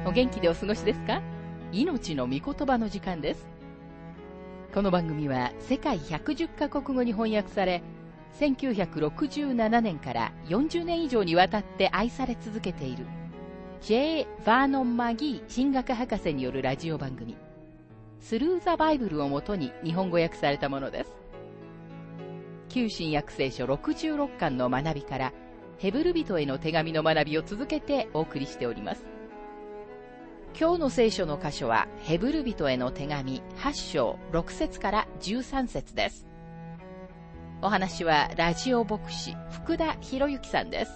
お元気でお過ごしですか？命の御言葉の時間です。この番組は世界110カ国語に翻訳され、1967年から40年以上にわたって愛され続けている J. バーノン・マギー神学博士によるラジオ番組、スルー・ザ・バイブルをもとに日本語訳されたものです。旧新約聖書66巻の学びからヘブル人への手紙の学びを続けてお送りしております。今日の聖書の箇所はヘブル人への手紙8章6節から13節です。お話はラジオ牧師福田博之さんです。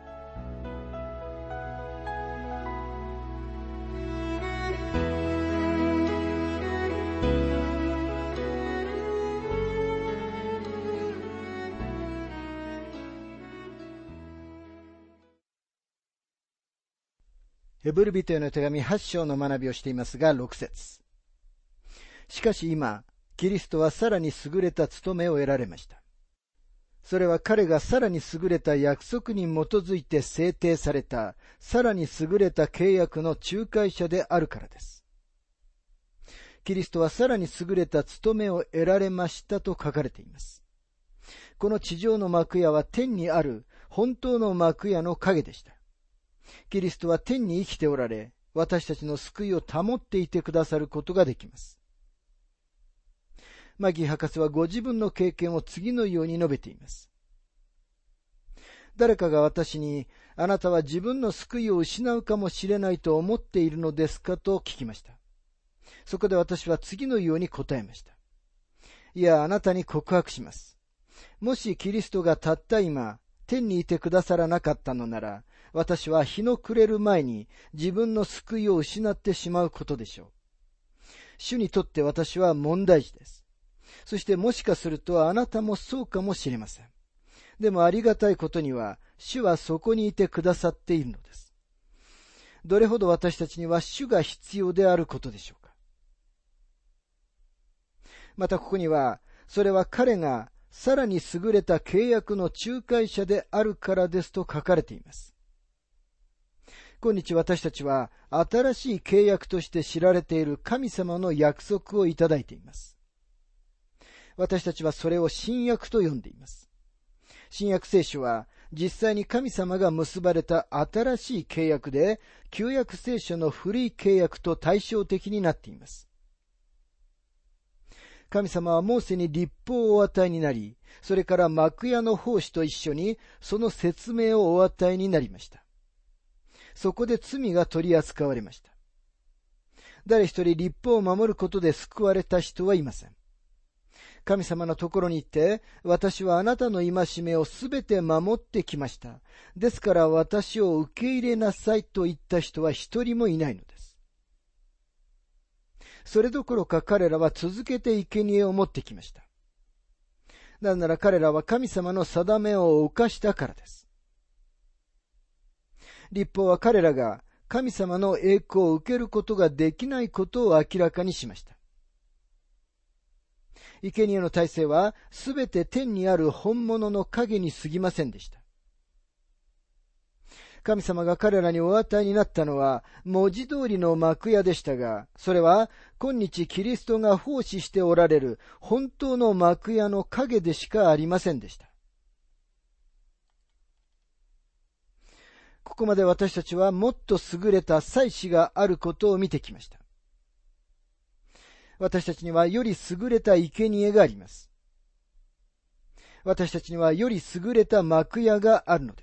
ヘブル人への手紙8章の学びをしていますが、6節。しかし今、キリストはさらに優れた務めを得られました。それは彼がさらに優れた約束に基づいて制定された、さらに優れた契約の仲介者であるからです。キリストはさらに優れた務めを得られましたと書かれています。この地上の幕屋は天にある本当の幕屋の影でした。キリストは天に生きておられ、私たちの救いを保っていてくださることができます。マギー博士はご自分の経験を次のように述べています。誰かが私に、あなたは自分の救いを失うかもしれないと思っているのですかと聞きました。そこで私は次のように答えました。いや、あなたに告白します。もしキリストがたった今、天にいてくださらなかったのなら、私は日の暮れる前に自分の救いを失ってしまうことでしょう。主にとって私は問題児です。そしてもしかするとあなたもそうかもしれません。でもありがたいことには、主はそこにいてくださっているのです。どれほど私たちには主が必要であることでしょうか。またここには、それは彼がさらに優れた契約の仲介者であるからですと書かれています。今日私たちは新しい契約として知られている神様の約束をいただいています。私たちはそれを新約と呼んでいます。新約聖書は実際に神様が結ばれた新しい契約で、旧約聖書の古い契約と対照的になっています。神様はモーセに律法をお与えになり、それから幕屋の奉仕と一緒にその説明をお与えになりました。そこで罪が取り扱われました。誰一人律法を守ることで救われた人はいません。神様のところに行って、私はあなたの戒めをすべて守ってきました。ですから私を受け入れなさいと言った人は一人もいないのです。それどころか彼らは続けて生贄を持ってきました。なぜなら彼らは神様の定めを犯したからです。律法は彼らが神様の栄光を受けることができないことを明らかにしました。生贄の体制はすべて天にある本物の影に過ぎませんでした。神様が彼らにお与えになったのは文字通りの幕屋でしたが、それは今日キリストが奉仕しておられる本当の幕屋の影でしかありませんでした。ここまで私たちはもっと優れた祭司があることを見てきました。私たちにはより優れた生贄があります。私たちにはより優れた幕屋があるのです。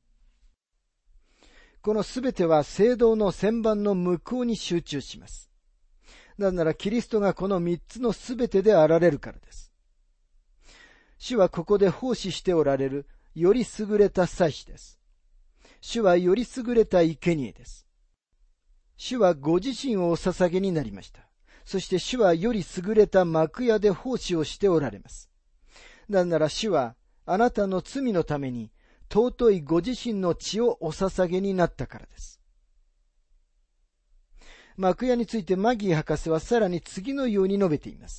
このすべては聖堂の旋盤の向こうに集中します。なぜならキリストがこの三つのすべてであられるからです。主はここで奉仕しておられるより優れた祭司です。主はより優れた生贄です。主はご自身をお捧げになりました。そして主はより優れた幕屋で奉仕をしておられます。なぜなら主はあなたの罪のために尊いご自身の血をお捧げになったからです。幕屋についてマギー博士はさらに次のように述べています。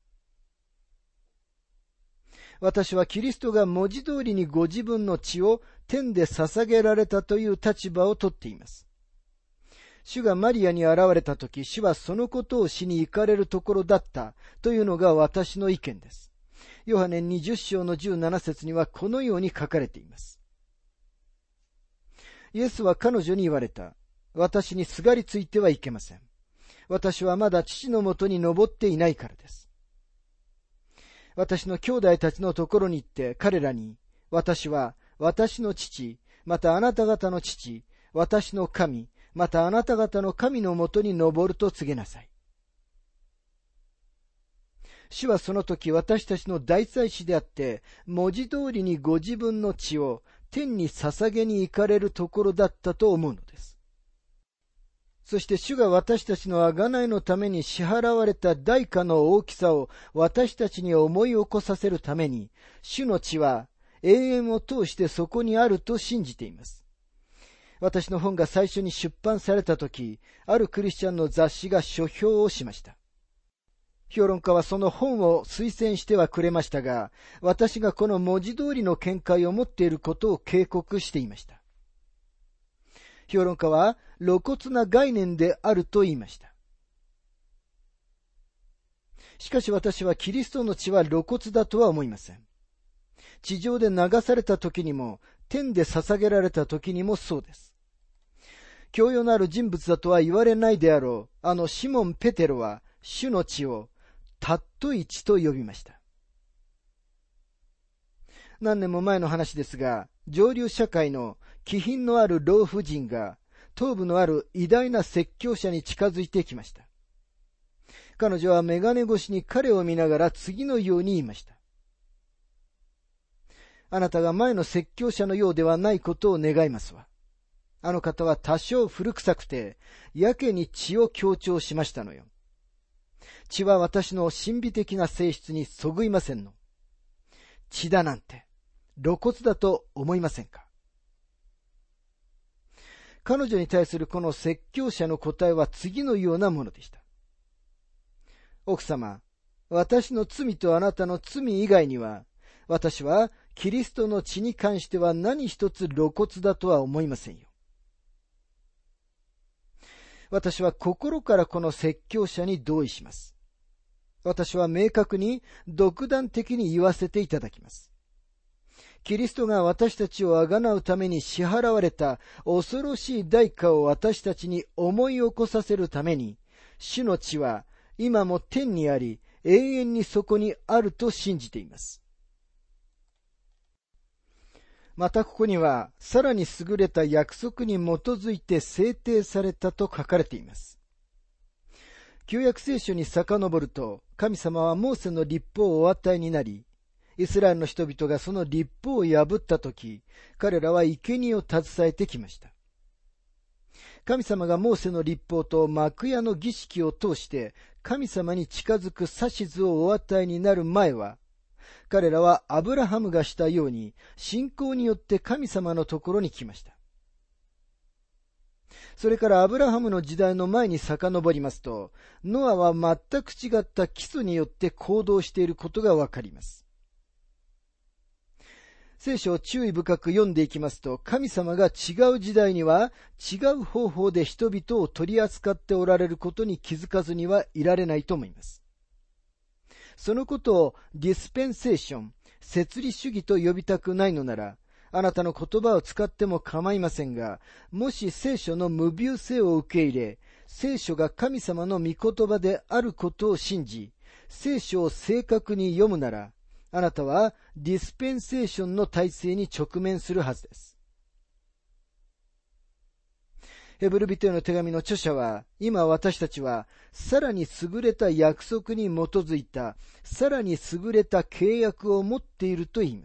私はキリストが文字通りにご自分の血を天で捧げられたという立場をとっています。 主がマリアに現れたとき、主はそのことをしに行かれるところだったというのが私の意見です。ヨハネ20章の17節にはこのように書かれています。イエスは彼女に言われた。私にすがりついてはいけません。私はまだ父のもとに登っていないからです。私の兄弟たちのところに行って彼らに、私は私の父、またあなた方の父、私の神、またあなた方の神のもとに登ると告げなさい。主はその時私たちの大祭司であって、文字通りにご自分の血を天に捧げに行かれるところだったと思うのです。そして主が私たちの贖いのために支払われた代価の大きさを私たちに思い起こさせるために、主の血は永遠を通してそこにあると信じています。私の本が最初に出版されたとき、あるクリスチャンの雑誌が書評をしました。評論家はその本を推薦してはくれましたが、私がこの文字通りの見解を持っていることを警告していました。評論家は露骨な概念であると言いました。しかし私はキリストの血は露骨だとは思いません。地上で流された時にも、天で捧げられた時にもそうです。教養のある人物だとは言われないであろう、あのシモン・ペテロは主の血をたっとい血と呼びました。何年も前の話ですが、上流社会の気品のある老婦人が頭部のある偉大な説教者に近づいてきました。彼女は眼鏡越しに彼を見ながら次のように言いました。あなたが前の説教者のようではないことを願いますわ。あの方は多少古臭くて、やけに血を強調しましたのよ。血は私の神秘的な性質にそぐいませんの。血だなんて露骨だと思いませんか？彼女に対するこの説教者の答えは次のようなものでした。奥様、私の罪とあなたの罪以外には、私はキリストの血に関しては何一つ露骨だとは思いませんよ。私は心からこの説教者に同意します。私は明確に独断的に言わせていただきます。キリストが私たちをあがなうために支払われた恐ろしい代価を私たちに思い起こさせるために、主の血は今も天にあり、永遠にそこにあると信じています。またここには、さらに優れた約束に基づいて制定されたと書かれています。旧約聖書に遡ると、神様はモーセの律法をお与えになり、イスラエルの人々がその律法を破ったとき、彼らは生贄を携えてきました。神様がモーセの律法と幕屋の儀式を通して神様に近づく指図をお与えになる前は、彼らはアブラハムがしたように信仰によって神様のところに来ました。それからアブラハムの時代の前に遡りますと、ノアは全く違った基礎によって行動していることがわかります。聖書を注意深く読んでいきますと、神様が違う時代には違う方法で人々を取り扱っておられることに気づかずにはいられないと思います。そのことをディスペンセーション、摂理主義と呼びたくないのなら、あなたの言葉を使っても構いませんが、もし聖書の無謬性を受け入れ、聖書が神様の御言葉であることを信じ、聖書を正確に読むなら、あなたはディスペンセーションの体制に直面するはずです。ヘブル人への手紙の著者は、今私たちはさらに優れた約束に基づいた、さらに優れた契約を持っていると言います。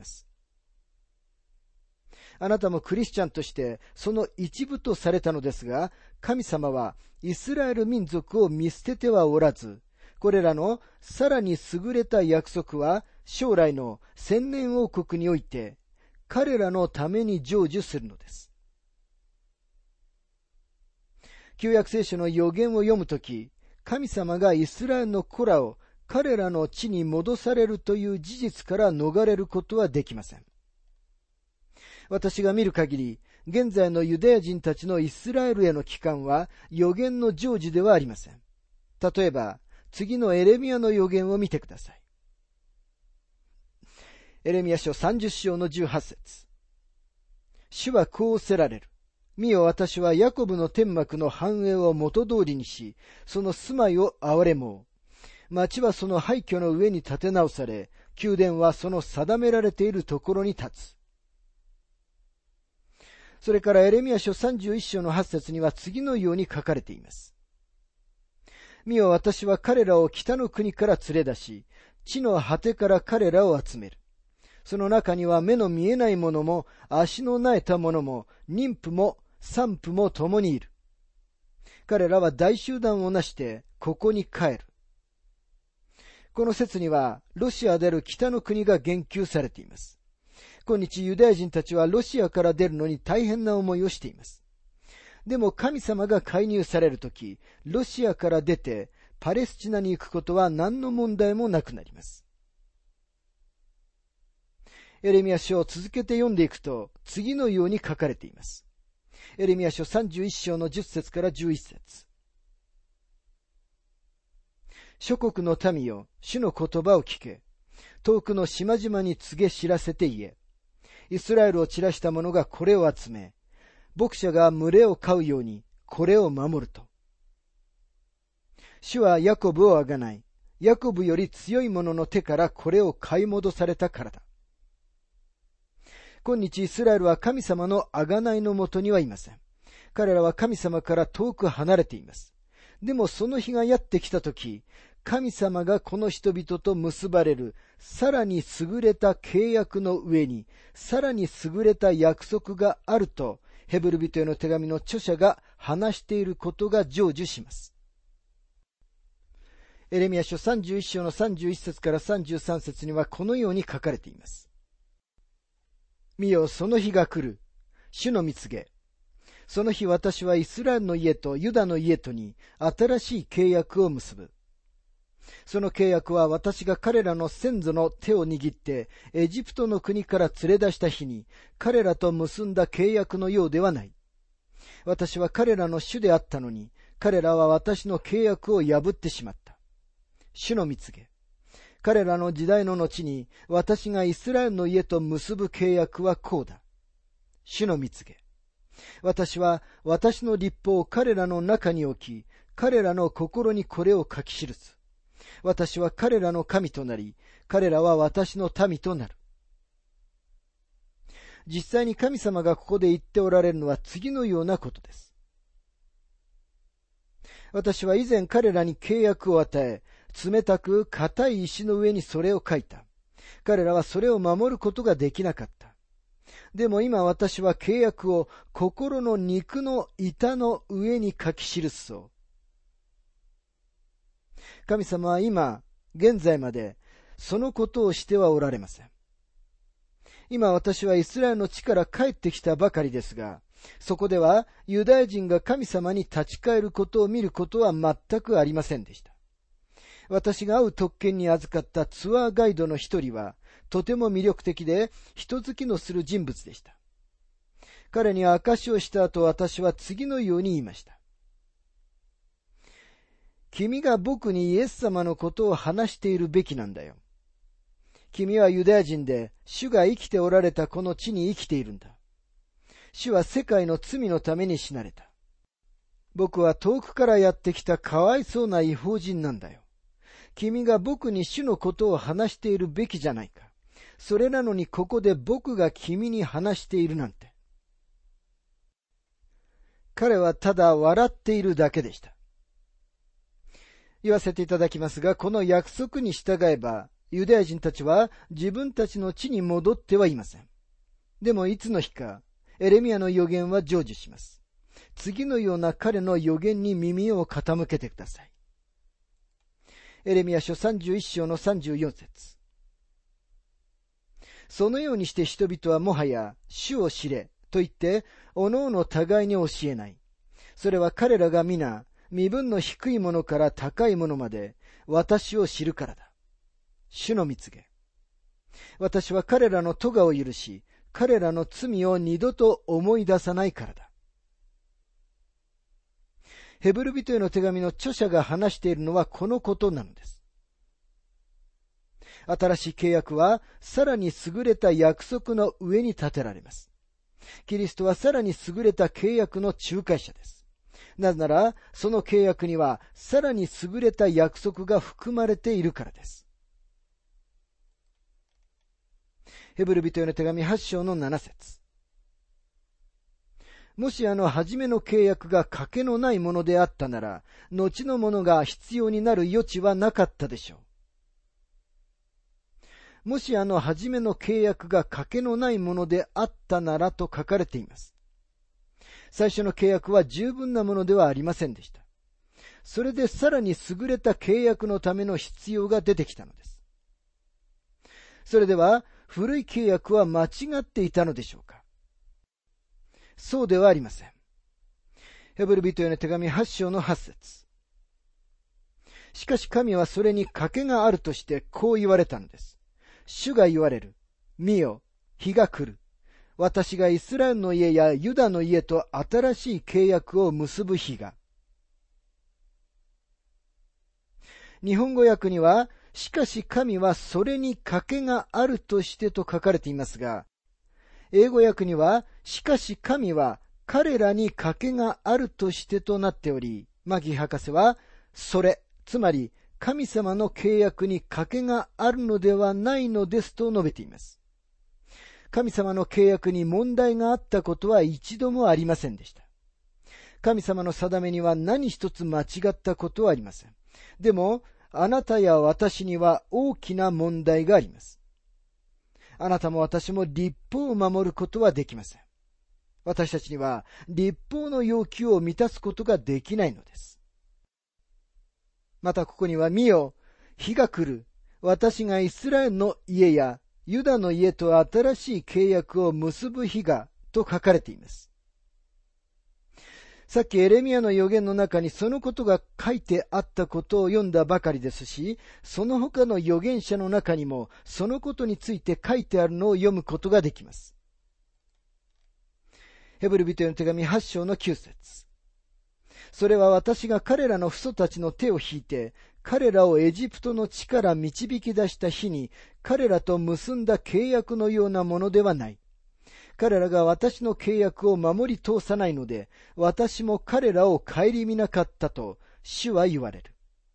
あなたもクリスチャンとしてその一部とされたのですが、神様はイスラエル民族を見捨ててはおらず、これらのさらに優れた約束は将来の千年王国において彼らのために成就するのです。旧約聖書の預言を読むとき、神様がイスラエルの子らを彼らの地に戻されるという事実から逃れることはできません。私が見る限り、 現在のユダヤ人たちのイスラエルへの帰還は預言の成就ではありません。例えば、次のエレミヤの預言を見てください。エレミヤ書30章の18節。主はこうおせられる。見よ、私はヤコブの天幕の繁栄を元通りにし、その住まいを憐れもう。町はその廃墟の上に建て直され、宮殿はその定められているところに立つ。それからエレミヤ書31章の8節には次のように書かれています。見よ、私は彼らを北の国から連れ出し、地の果てから彼らを集める。その中には目の見えないものも、足の苗えたものも、妊婦も産婦も共にいる。彼らは大集団をなしてここに帰る。この説にはロシアである北の国が言及されています。今日ユダヤ人たちはロシアから出るのに大変な思いをしています。でも神様が介入されるとき、ロシアから出てパレスチナに行くことは何の問題もなくなります。エレミヤ書を続けて読んでいくと次のように書かれています。エレミヤ書31章の10節から11節。諸国の民よ、主の言葉を聞け。遠くの島々に告げ知らせて言え。イスラエルを散らした者がこれを集め、牧者が群れを飼うようにこれを守ると。主はヤコブをあがない。ヤコブより強い者の手からこれを買い戻されたからだ。今日イスラエルは神様の贖いのもとにはいません。彼らは神様から遠く離れています。でもその日がやってきたとき、神様がこの人々と結ばれるさらに優れた契約の上にさらに優れた約束があるとヘブル人への手紙の著者が話していることが成就します。エレミヤ書31章の31節から33節にはこのように書かれています。見よ、その日が来る。主の蜜げ。その日私はイスラエルの家とユダの家とに新しい契約を結ぶ。その契約は私が彼らの先祖の手を握ってエジプトの国から連れ出した日に彼らと結んだ契約のようではない。私は彼らの主であったのに彼らは私の契約を破ってしまった。主の蜜げ。彼らの時代の後に私がイスラエルの家と結ぶ契約はこうだ。主の蜜げ。私は私の律法を彼らの中に置き、彼らの心にこれを書き記す。私は彼らの神となり、彼らは私の民となる。実際に神様がここで言っておられるのは次のようなことです。私は以前彼らに契約を与え、冷たく硬い石の上にそれを書いた。彼らはそれを守ることができなかった。でも今私は契約を心の肉の板の上に書き記すそう。神様は今、現在までそのことをしてはおられません。今私はイスラエルの地から帰ってきたばかりですが、そこではユダヤ人が神様に立ち返ることを見ることは全くありませんでした。私が会う特権に預かったツアーガイドの一人は、とても魅力的で人好きのする人物でした。彼に証しをした後、私は次のように言いました。君が僕にイエス様のことを話しているべきなんだよ。君はユダヤ人で、主が生きておられたこの地に生きているんだ。主は世界の罪のために死なれた。僕は遠くからやってきたかわいそうな異邦人なんだよ。君が僕に主のことを話しているべきじゃないか。それなのにここで僕が君に話しているなんて。彼はただ笑っているだけでした。言わせていただきますが、この約束に従えば、ユダヤ人たちは自分たちの地に戻ってはいません。でもいつの日か、エレミヤの預言は成就します。次のような彼の預言に耳を傾けてください。エレミヤ書31章の34節。そのようにして人々はもはや主を知れと言っておのおの互いに教えない。それは彼らが皆身分の低いものから高いものまで私を知るからだ。主の蜜げ。私は彼らの咎を許し彼らの罪を二度と思い出さないからだ。ヘブル人への手紙の著者が話しているのはこのことなのです。新しい契約はさらに優れた約束の上に立てられます。キリストはさらに優れた契約の仲介者です。なぜなら、その契約にはさらに優れた約束が含まれているからです。ヘブル人への手紙8章の7節。もし初めの契約が賭けのないものであったなら、後のものが必要になる余地はなかったでしょう。もし初めの契約が賭けのないものであったならと書かれています。最初の契約は十分なものではありませんでした。それでさらに優れた契約のための必要が出てきたのです。それでは、古い契約は間違っていたのでしょうか？そうではありません。ヘブル人への手紙8章の8節。しかし神はそれに賭けがあるとしてこう言われたのです。主が言われる。見よ、日が来る。私がイスラエルの家やユダの家と新しい契約を結ぶ日が。日本語訳には、しかし神はそれに賭けがあるとしてと書かれていますが、英語訳には、しかし神は彼らに賭けがあるとしてとなっており、マギー博士は、それ、つまり神様の契約に賭けがあるのではないのですと述べています。神様の契約に問題があったことは一度もありませんでした。神様の定めには何一つ間違ったことはありません。でも、あなたや私には大きな問題があります。あなたも私も律法を守ることはできません。私たちには律法の要求を満たすことができないのです。またここには、見よ、日が来る。私がイスラエルの家やユダの家と新しい契約を結ぶ日が、と書かれています。さっきエレミヤの預言の中にそのことが書いてあったことを読んだばかりですし、その他の預言者の中にもそのことについて書いてあるのを読むことができます。ヘブル人への手紙8章の9節。それは私が彼らの父祖たちの手を引いて、彼らをエジプトの地から導き出した日に彼らと結んだ契約のようなものではない。彼らが私の契約を守り通さないので、私も彼らを顧みなかったと主は言われる。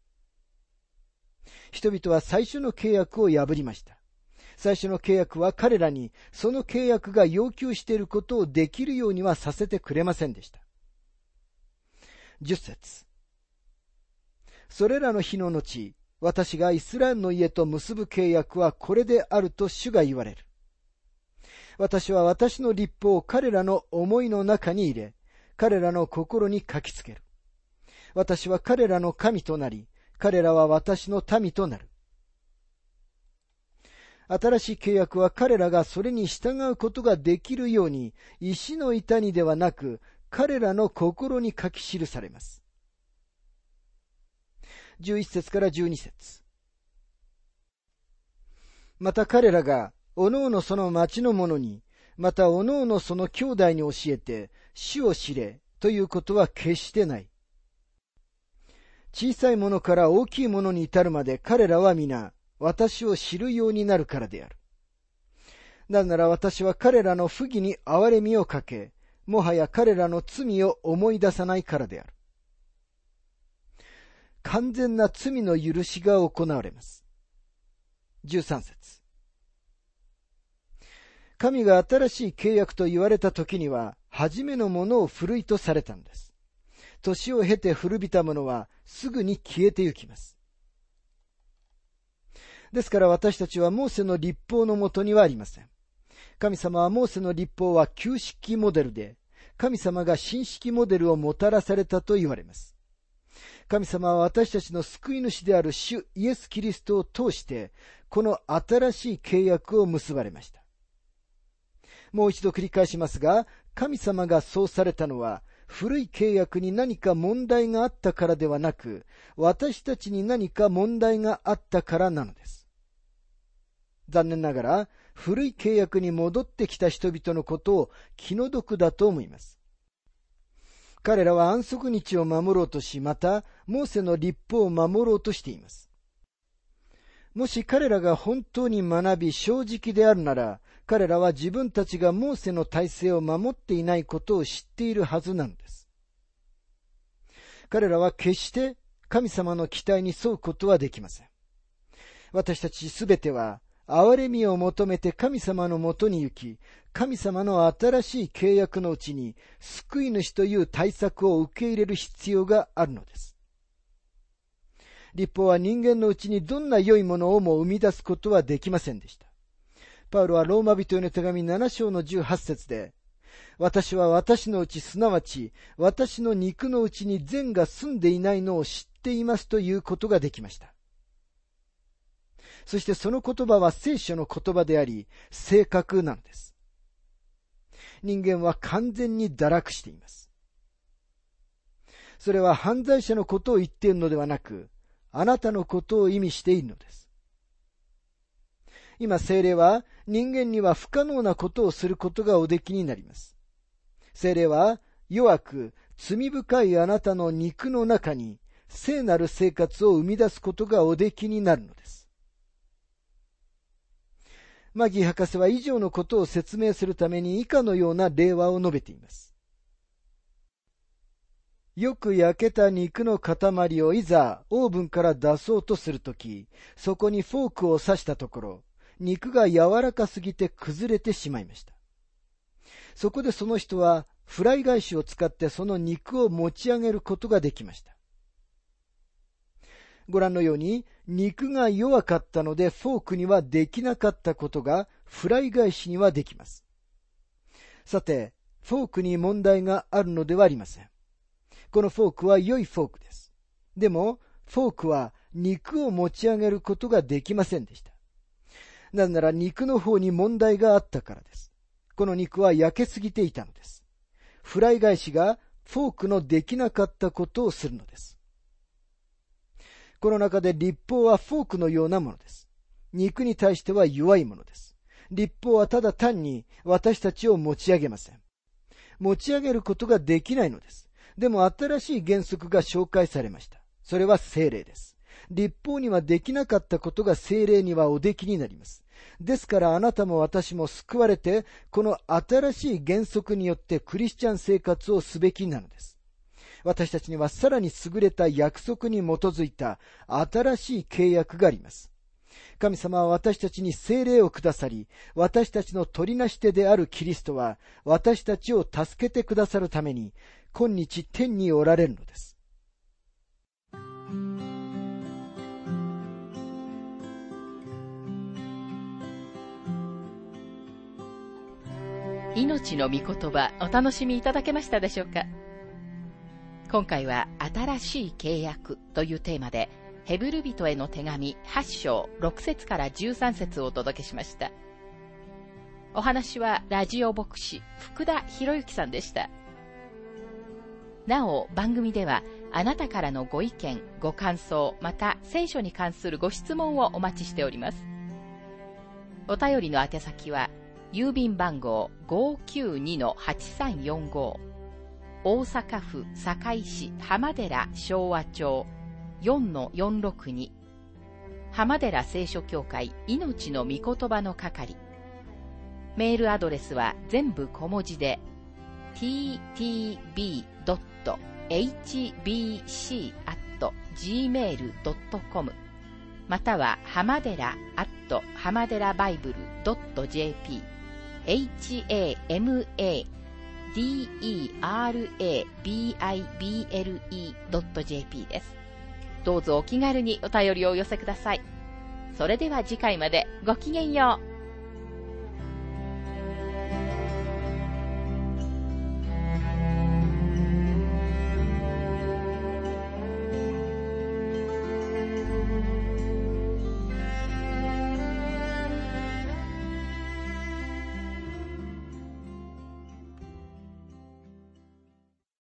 人々は最初の契約を破りました。最初の契約は彼らにその契約が要求していることをできるようにはさせてくれませんでした。10節。それらの日の後、私がイスラエルの家と結ぶ契約はこれであると主が言われる。私は私の律法を彼らの思いの中に入れ、彼らの心に書きつける。私は彼らの神となり、彼らは私の民となる。新しい契約は彼らがそれに従うことができるように、石の板にではなく、彼らの心に書き記されます。11節から12節。また彼らが、おのおのその町の者に、またおのおのその兄弟に教えて、主を知れということは決してない。小さいものから大きいものに至るまで彼らは皆、私を知るようになるからである。なぜなら私は彼らの不義に憐れみをかけ、もはや彼らの罪を思い出さないからである。完全な罪の許しが行われます。13節。神が新しい契約と言われた時には、初めのものを古いとされたのです。年を経て古びたものはすぐに消えてゆきます。ですから私たちはモーセの律法のもとにはありません。神様はモーセの律法は旧式モデルで、神様が新式モデルをもたらされたと言われます。神様は私たちの救い主である主イエス・キリストを通して、この新しい契約を結ばれました。もう一度繰り返しますが、神様がそうされたのは、古い契約に何か問題があったからではなく、私たちに何か問題があったからなのです。残念ながら、 古い契約に戻ってきた人々のことを気の毒だと思います。彼らは安息日を守ろうとし、また、モーセの律法を守ろうとしています。もし彼らが本当に学び正直であるなら、彼らは自分たちがモーセの体制を守っていないことを知っているはずなのです。彼らは決して神様の期待に沿うことはできません。私たちすべては、憐れみを求めて神様のもとに行き、神様の新しい契約のうちに救い主という対策を受け入れる必要があるのです。律法は人間のうちにどんな良いものをも生み出すことはできませんでした。パウロはローマ人への手紙7章の18節で、私は私のうち、すなわち私の肉のうちに善が住んでいないのを知っていますということができました。そしてその言葉は聖書の言葉であり、正確なのです。人間は完全に堕落しています。それは犯罪者のことを言っているのではなく、あなたのことを意味しているのです。今、聖霊は人間には不可能なことをすることがおできになります。聖霊は弱く罪深いあなたの肉の中に聖なる生活を生み出すことがおできになるのです。マギー博士は以上のことを説明するために以下のような例話を述べています。よく焼けた肉の塊をいざオーブンから出そうとするとき、そこにフォークを刺したところ、肉が柔らかすぎて崩れてしまいました。そこでその人はフライ返しを使ってその肉を持ち上げることができました。ご覧のように、肉が弱かったのでフォークにはできなかったことがフライ返しにはできます。さて、フォークに問題があるのではありません。このフォークは良いフォークです。でも、フォークは肉を持ち上げることができませんでした。なぜなら肉の方に問題があったからです。この肉は焼けすぎていたのです。フライ返しがフォークのできなかったことをするのです。この中で律法はフォークのようなものです。肉に対しては弱いものです。律法はただ単に私たちを持ち上げません。持ち上げることができないのです。でも新しい原則が紹介されました。それは聖霊です。律法にはできなかったことが聖霊にはおできになります。ですからあなたも私も救われて、この新しい原則によってクリスチャン生活をすべきなのです。私たちにはさらに優れた約束に基づいた新しい契約があります。神様は私たちに聖霊をくださり、私たちの取りなし手であるキリストは私たちを助けてくださるために今日天におられるのです。 命の御言葉、お楽しみいただけましたでしょうか。今回は新しい契約というテーマで、ヘブル人への手紙8章6節から13節をお届けしました。お話はラジオ牧師福田博之さんでした。なお番組ではあなたからのご意見、ご感想、また聖書に関するご質問をお待ちしております。お便りの宛先は郵便番号 592-8345 大阪府堺市浜寺昭和町 4-462 浜寺聖書協会命の御言葉の係。メールアドレスは全部小文字で ttb.hbc@gmail.com または浜寺@hamaderabible.jp HAMADERABIBLE.jp です。どうぞお気軽にお便りをお寄せください。それでは次回までごきげんよう。